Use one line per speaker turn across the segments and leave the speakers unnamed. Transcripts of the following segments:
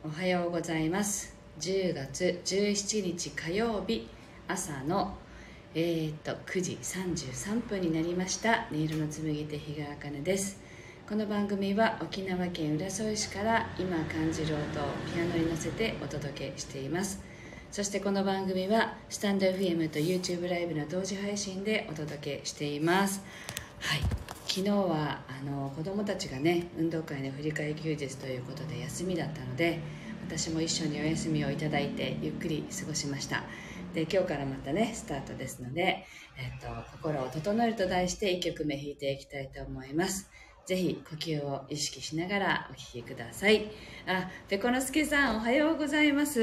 おはようございます。10月17日火曜日朝の9時33分になりました。音色の紡手日川茜です。この番組は沖縄県浦添市から今感じる音をピアノに乗せてお届けしています。そしてこの番組はスタンド FM と YouTube ライブの同時配信でお届けしています。はい、昨日は子どもたちがね運動会の振り替え休日ということで休みだったので、私も一緒にお休みをいただいてゆっくり過ごしました。で、今日からまたねスタートですので、心を整えると題して1曲目弾いていきたいと思います。ぜひ呼吸を意識しながらお聴きください。ペコのすけさん、おはようございます。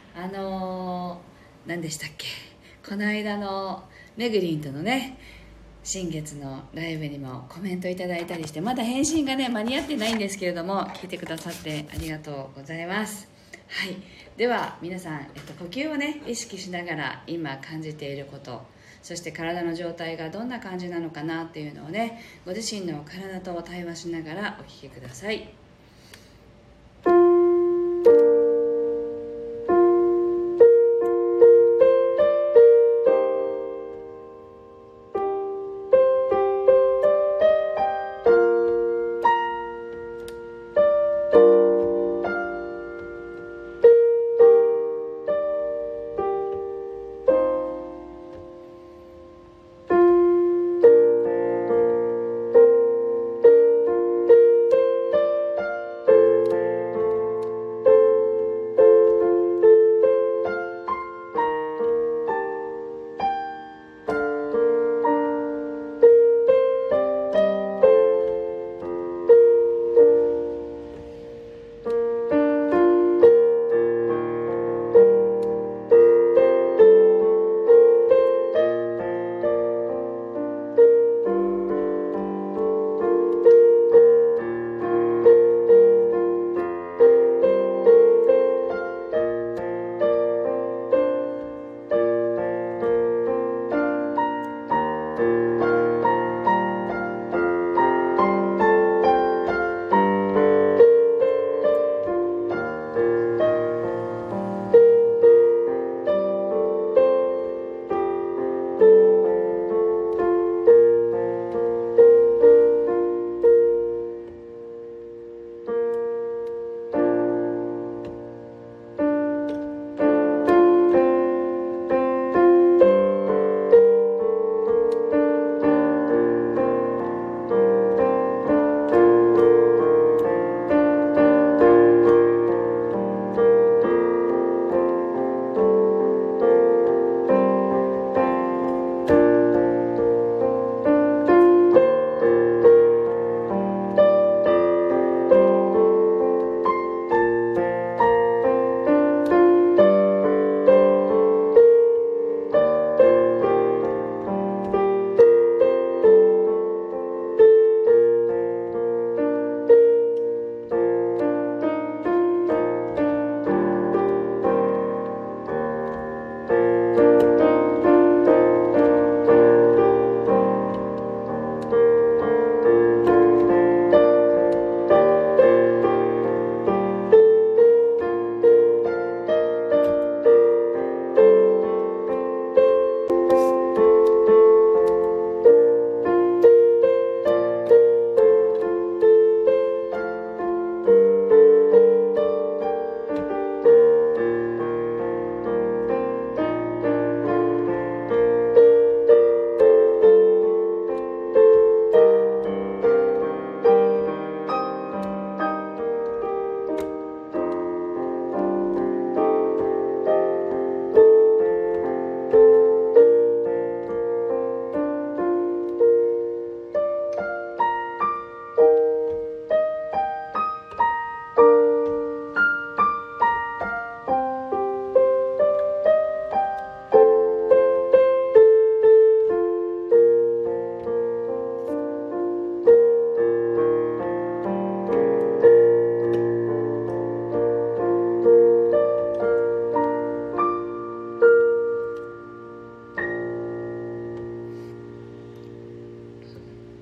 何でしたっけ、この間のめぐりんとのね新月のライブにもコメントいただいたりして、まだ返信がね間に合ってないんですけれども、聞いてくださってありがとうございます。はい、では皆さん、呼吸をね意識しながら今感じていること、そして体の状態がどんな感じなのかなっていうのをね、ご自身の体と対話しながらお聞きください。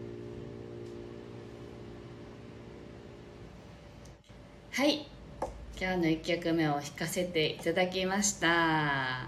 はい、 今日の1曲目を弾かせていただきました。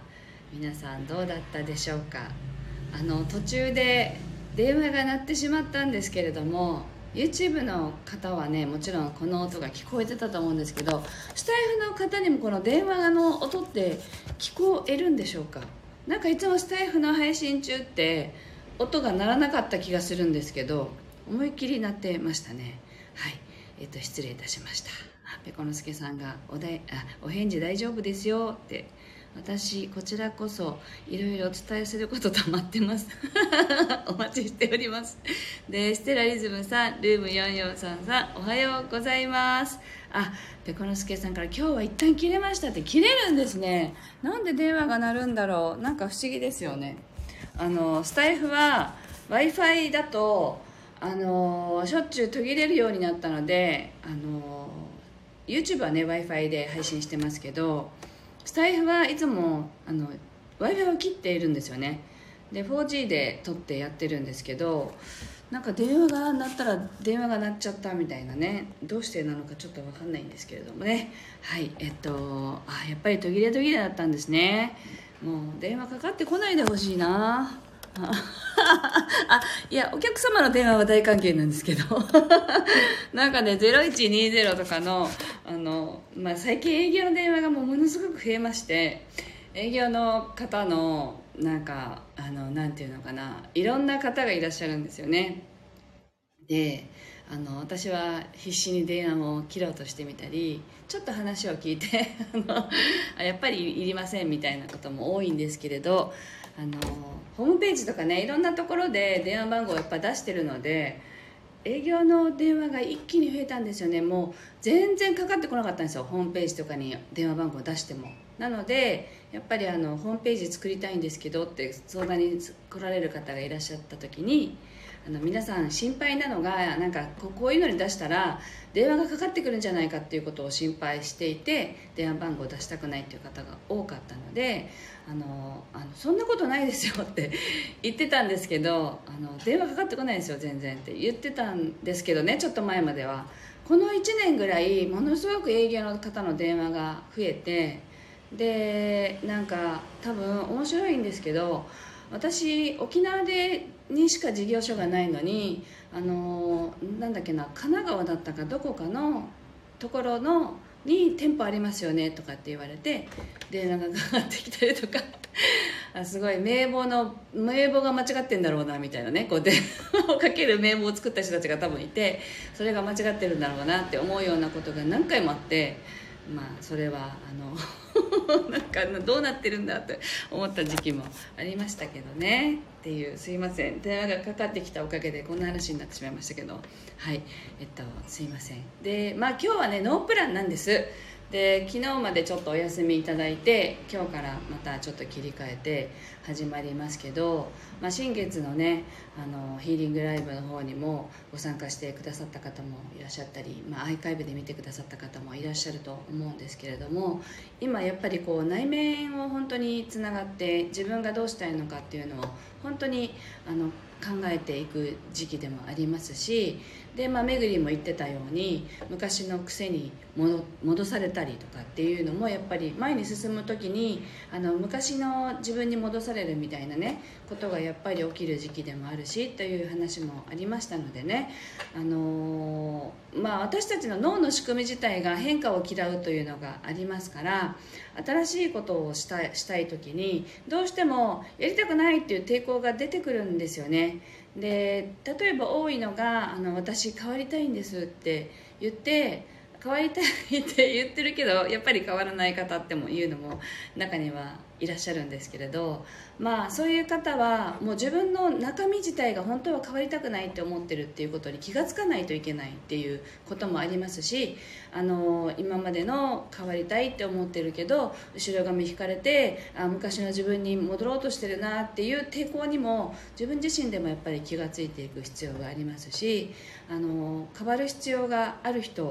皆さんどうだったでしょうか。途中で電話が鳴ってしまったんですけれども、 YouTube の方はね、もちろんこの音が聞こえてたと思うんですけど、スタイフの方にもこの電話の音って聞こえるんでしょうか。なんかいつもスタイフの配信中って音が鳴らなかった気がするんですけど、思いっきり鳴ってましたね。はい、失礼いたしました。ペコのすけさんがお返事大丈夫ですよって。私こちらこそいろいろお伝えすることたまってますお待ちしております。で、ステラリズムさん、ルーム4433さん、おはようございます。ペコのすけさんから今日は一旦切れましたって。切れるんですね。なんで電話が鳴るんだろう。なんか不思議ですよね。スタイフは Wi-Fi だとしょっちゅう途切れるようになったので、YouTube はね Wi-Fi で配信してますけど、スタイフはいつもWi-Fi を切っているんですよね。で 4G で撮ってやってるんですけど、なんか電話が鳴ったら電話が鳴っちゃったみたいなね、どうしてなのかちょっと分かんないんですけれどもね。はい、やっぱり途切れだったんですね。もう電話かかってこないでほしいな。いや、お客様の電話は大歓迎なんですけどなんかね、0120とかの最近営業の電話がものすごく増えまして、営業の方のなんかなんていうのかな、いろんな方がいらっしゃるんですよね。で私は必死に電話を切ろうとしてみたり、ちょっと話を聞いてやっぱりいりませんみたいなことも多いんですけれど、ホームページとかね、いろんなところで電話番号をやっぱ出してるので、営業の電話が一気に増えたんですよね。もう全然かかってこなかったんですよ、ホームページとかに電話番号を出しても。なのでやっぱりホームページ作りたいんですけどって相談に来られる方がいらっしゃった時に、皆さん心配なのが、なんかこういうのに出したら電話がかかってくるんじゃないかっていうことを心配していて、電話番号を出したくないっていう方が多かったので、そんなことないですよって言ってたんですけど、電話かかってこないですよ全然って言ってたんですけどね、ちょっと前までは。この1年ぐらいものすごく営業の方の電話が増えて、でなんか多分面白いんですけど、私沖縄にしか事業所がないのに、なんだっけな、神奈川だったかどこかのところに店舗ありますよねとかって言われて電話がかかってきたりとかすごい名簿が間違ってんだろうなみたいなね、こう電話をかける名簿を作った人たちが多分いて、それが間違ってるんだろうなって思うようなことが何回もあって、それはなんかどうなってるんだって思った時期もありましたけどねっていう。すいません、電話がかかってきたおかげでこんな話になってしまいましたけど、はい、すいません。で今日はねノープランなんです。で昨日までちょっとお休みいただいて、今日からまたちょっと切り替えて始まりますけど、新月のねヒーリングライブの方にもご参加してくださった方もいらっしゃったり、アーカイブで見てくださった方もいらっしゃると思うんですけれども、今やっぱりこう内面を本当につながって自分がどうしたいのかっていうのを本当に考えていく時期でもありますし、で、めぐりも言ってたように昔の癖に戻されたりとかっていうのもやっぱり前に進む時に昔の自分に戻されるみたいなねことがやっぱり起きる時期でもあるしという話もありましたのでね、私たちの脳の仕組み自体が変化を嫌うというのがありますから、新しいことをしたい時にどうしてもやりたくないっていう抵抗が出てくるんですよね。で例えば多いのが私変わりたいんですって言って、変わりたいって言ってるけどやっぱり変わらない方っていうのも中にはいらっしゃるんですけれど、そういう方はもう自分の中身自体が本当は変わりたくないって思ってるっていうことに気がつかないといけないっていうこともありますし、今までの変わりたいって思ってるけど後ろ髪引かれて昔の自分に戻ろうとしてるなっていう抵抗にも自分自身でもやっぱり気がついていく必要がありますし、変わる必要がある人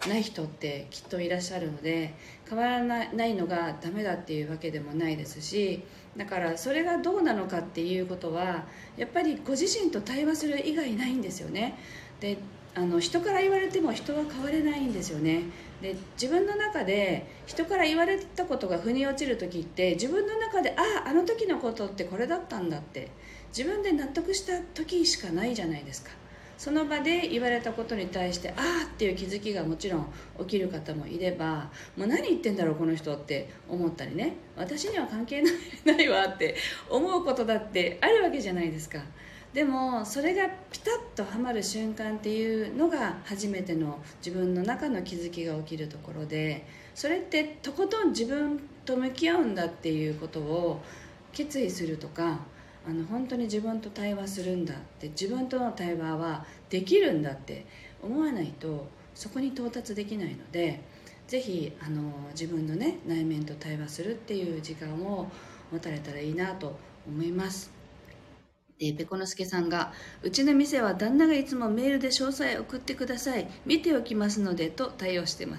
ない人ってきっといらっしゃるので、変わらないのがダメだっていうわけでもないですし、だからそれがどうなのかっていうことはやっぱりご自身と対話する以外ないんですよね。で、人から言われても人は変われないんですよね。で、自分の中で人から言われたことが腑に落ちる時って、自分の中であの時のことってこれだったんだって自分で納得した時しかないじゃないですか。その場で言われたことに対してっていう気づきがもちろん起きる方もいれば、もう何言ってんだろうこの人って思ったりね、私には関係ないわって思うことだってあるわけじゃないですか。でもそれがピタッとはまる瞬間っていうのが初めての自分の中の気づきが起きるところで、それってとことん自分と向き合うんだっていうことを決意するとか、本当に自分と対話するんだって、自分との対話はできるんだって思わないとそこに到達できないので、ぜひ自分のね内面と対話するっていう時間を持たれたらいいなと思います。で、ペコのすけさんが、うちの店は旦那がいつもメールで詳細送ってください、見ておきますのでと対応してます。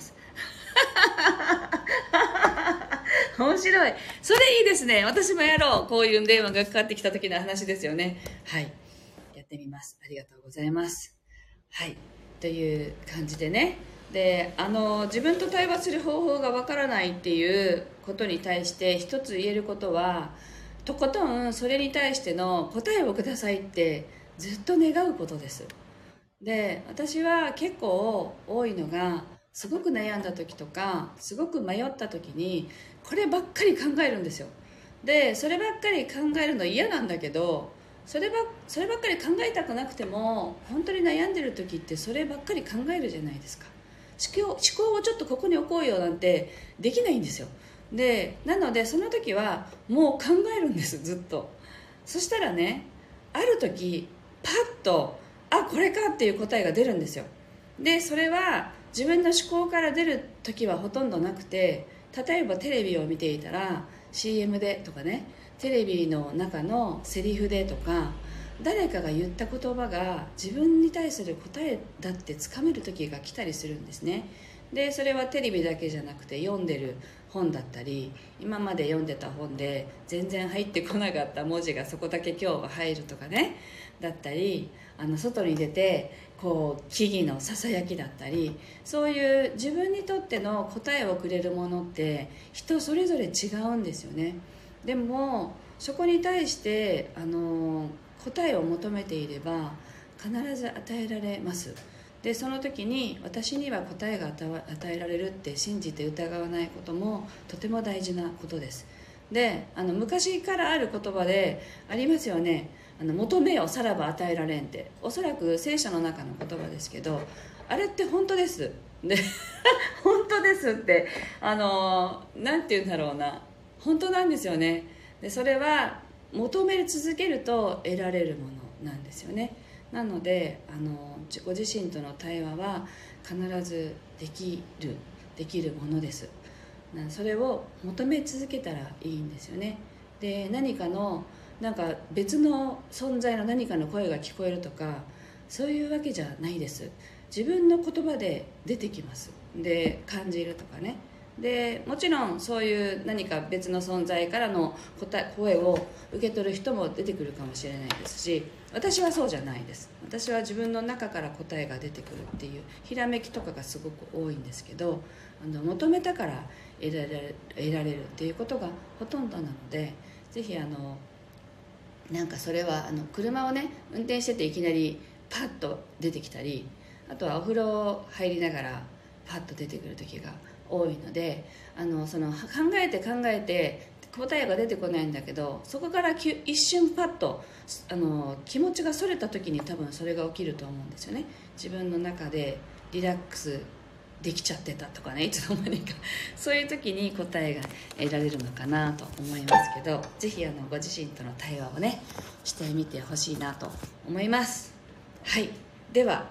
面白い。それいいですね。私もやろう。こういう電話がかかってきた時の話ですよね。はい。やってみます。ありがとうございます。はい。という感じでね。で、自分と対話する方法がわからないっていうことに対して一つ言えることは、とことんそれに対しての答えをくださいってずっと願うことです。で、私は結構多いのが、すごく悩んだ時とかすごく迷った時にこればっかり考えるんですよ。で、そればっかり考えるの嫌なんだけど、そればっかり考えたくなくても本当に悩んでる時ってそればっかり考えるじゃないですか。思考をちょっとここに置こうよなんてできないんですよ。で、なのでその時はもう考えるんです、ずっと。そしたらね、ある時パッとこれかっていう答えが出るんですよ。で、それは自分の思考から出る時はほとんどなくて、例えばテレビを見ていたら CM でとかね、テレビの中のセリフでとか、誰かが言った言葉が自分に対する答えだってつかめる時が来たりするんですね。で、それはテレビだけじゃなくて読んでる本だったり、今まで読んでた本で全然入ってこなかった文字がそこだけ今日は入るとかね、だったり、外に出てこう木々のささやきだったり、そういう自分にとっての答えをくれるものって人それぞれ違うんですよね。でもそこに対して答えを求めていれば必ず与えられます。で、その時に私には答えが与えられるって信じて疑わないこともとても大事なことです。で、昔からある言葉でありますよね。求めよさらば与えられんって、おそらく聖書の中の言葉ですけど、あれって本当です。で本当ですって、なんて言うんだろうな、本当なんですよね。で、それは求め続けると得られるものなんですよね。なのでご自身との対話は必ずできるものです。それを求め続けたらいいんですよね。で、なんか別の存在の何かの声が聞こえるとか、そういうわけじゃないです。自分の言葉で出てきます。で、感じるとかね。で、もちろんそういう何か別の存在からの声を受け取る人も出てくるかもしれないですし、私はそうじゃないです。私は自分の中から答えが出てくるっていうひらめきとかがすごく多いんですけど、求めたから得られるっていうことがほとんどなので、ぜひなんかそれは車をね運転してていきなりパッと出てきたり、あとはお風呂入りながらパッと出てくる時が多いので、その考えて答えが出てこないんだけど、そこから一瞬パッと気持ちがそれた時に多分それが起きると思うんですよね。自分の中でリラックスできちゃってたとかね、いつの間にかそういう時に答えが得られるのかなと思いますけど、ぜひご自身との対話をねしてみてほしいなと思います。はい、では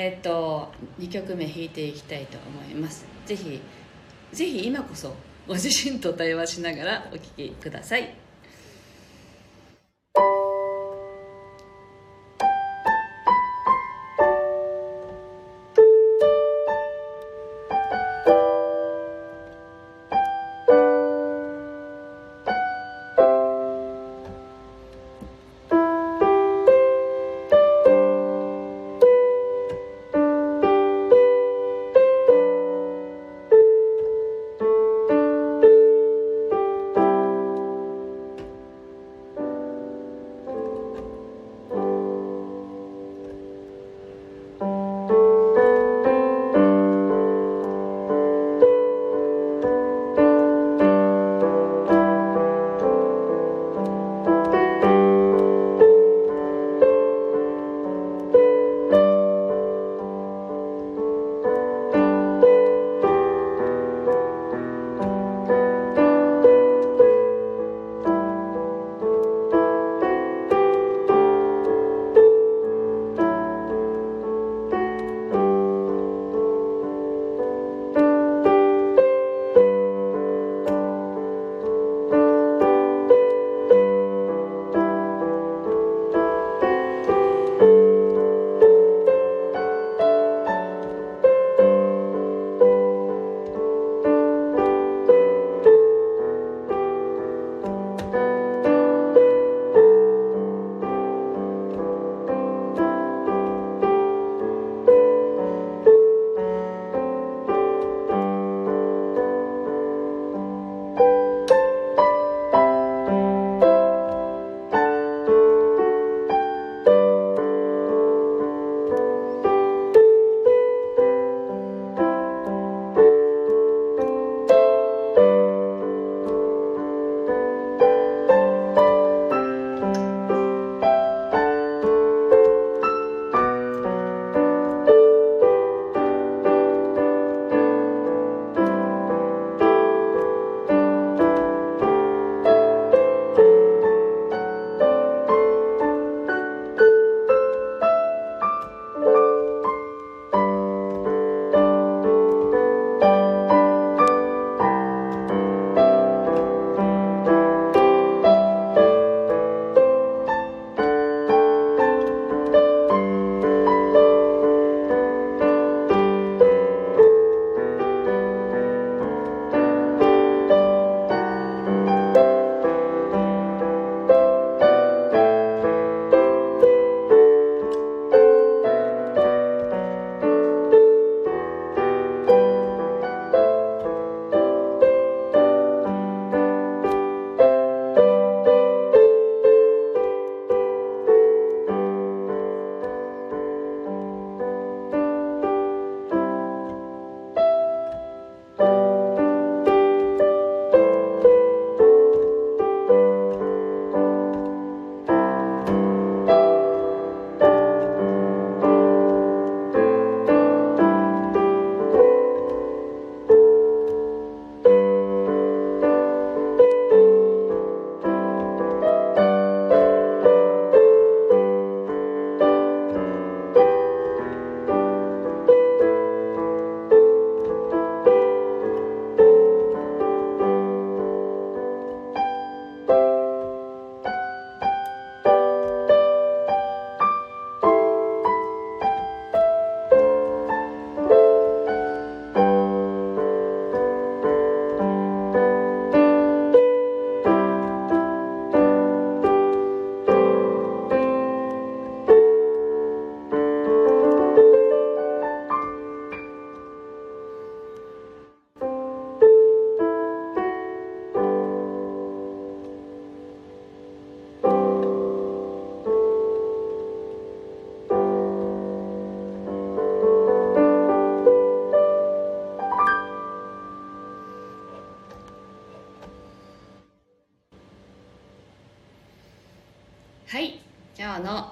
2曲目弾いていきたいと思います。ぜひ今こそご自身と対話しながらお聴きください。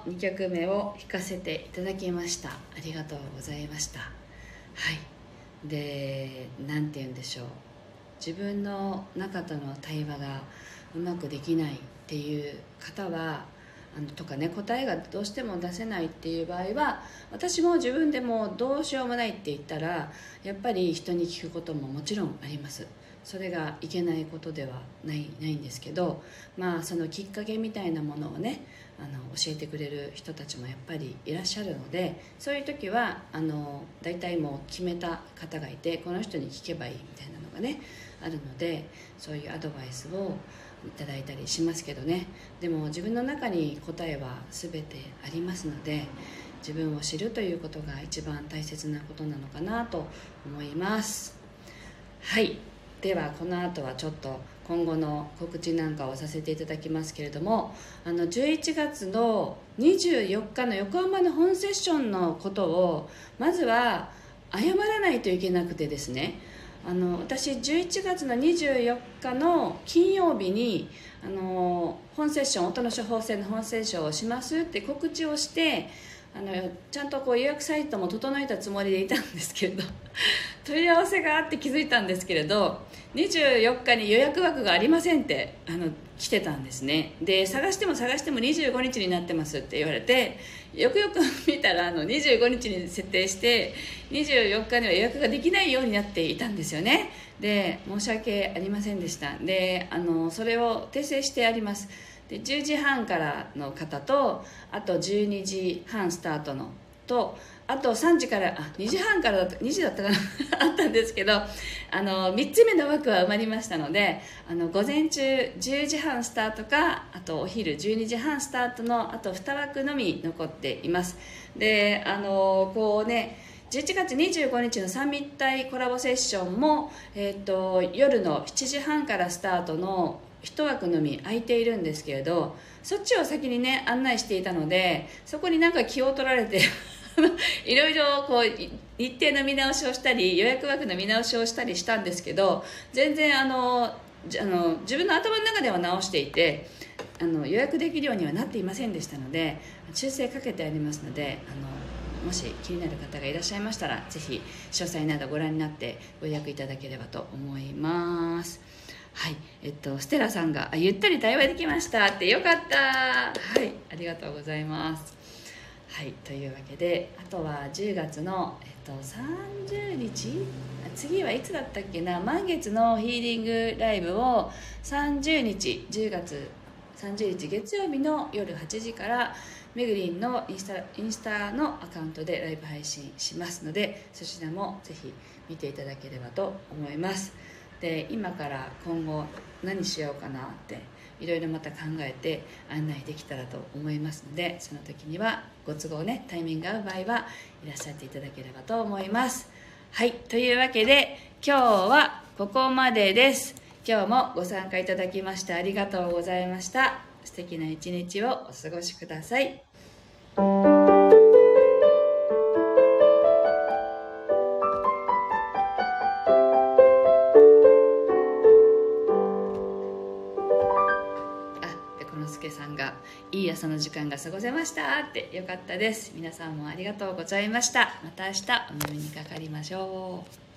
2曲目を弾かせていただきました。ありがとうございました。はい。で、なんて言うんでしょう、自分の中との対話がうまくできないっていう方はとかね、答えがどうしても出せないっていう場合は、私も自分でもどうしようもないって言ったら、やっぱり人に聞くことももちろんあります。それがいけないことではないんですけど、そのきっかけみたいなものをね、教えてくれる人たちもやっぱりいらっしゃるので、そういう時は大体もう決めた方がいて、この人に聞けばいいみたいなのがねあるので、そういうアドバイスをいただいたりしますけどね。でも自分の中に答えは全てありますので、自分を知るということが一番大切なことなのかなと思います。はい。ではこの後はちょっと今後の告知なんかをさせていただきますけれども、11月の24日の横浜の本セッションのことをまずは謝らないといけなくてですね、私11月の24日の金曜日に本セッション、音の処方箋の本セッションをしますって告知をして、ちゃんと予約サイトも整えたつもりでいたんですけれど問い合わせがあって気づいたんですけれど、24日に予約枠がありませんって来てたんですね。で、探しても25日になってますって言われて、よくよく見たら25日に設定して24日には予約ができないようになっていたんですよね。で、申し訳ありませんでした。で、それを訂正してあります。で、10時半からの方と、あと12時半スタートのと、あと3時から2時半から2時だったかなあったんですけど、3つ目の枠は埋まりましたので、午前中10時半スタートか、あとお昼12時半スタートのあと2枠のみ残っています。で、11月25日の三密体コラボセッションも、夜の7時半からスタートの1枠のみ空いているんですけれど、そっちを先にね案内していたので、そこになんか気を取られていろいろ日程の見直しをしたり予約枠の見直しをしたりしたんですけど、全然自分の頭の中では直していて予約できるようにはなっていませんでしたので、修正かけてありますので、もし気になる方がいらっしゃいましたら、ぜひ詳細などご覧になってご予約いただければと思います。はい、ステラさんがゆったり対話できましたって、よかった。はい、ありがとうございます。はい、というわけで、あとは10月の、30日、次はいつだったっけな、満月のヒーリングライブを30日、10月30日月曜日の夜8時からめぐりんのインスタのアカウントでライブ配信しますので、そちらもぜひ見ていただければと思います。で、今から今後何しようかなっていろいろまた考えて案内できたらと思いますので、その時にはご都合ね、タイミングが合う場合はいらっしゃっていただければと思います。はい、というわけで今日はここまでです。今日もご参加いただきましてありがとうございました。素敵な一日をお過ごしください。さんがいい朝の時間が過ごせましたって、よかったです。皆さんもありがとうございました。また明日お耳にかかりましょう。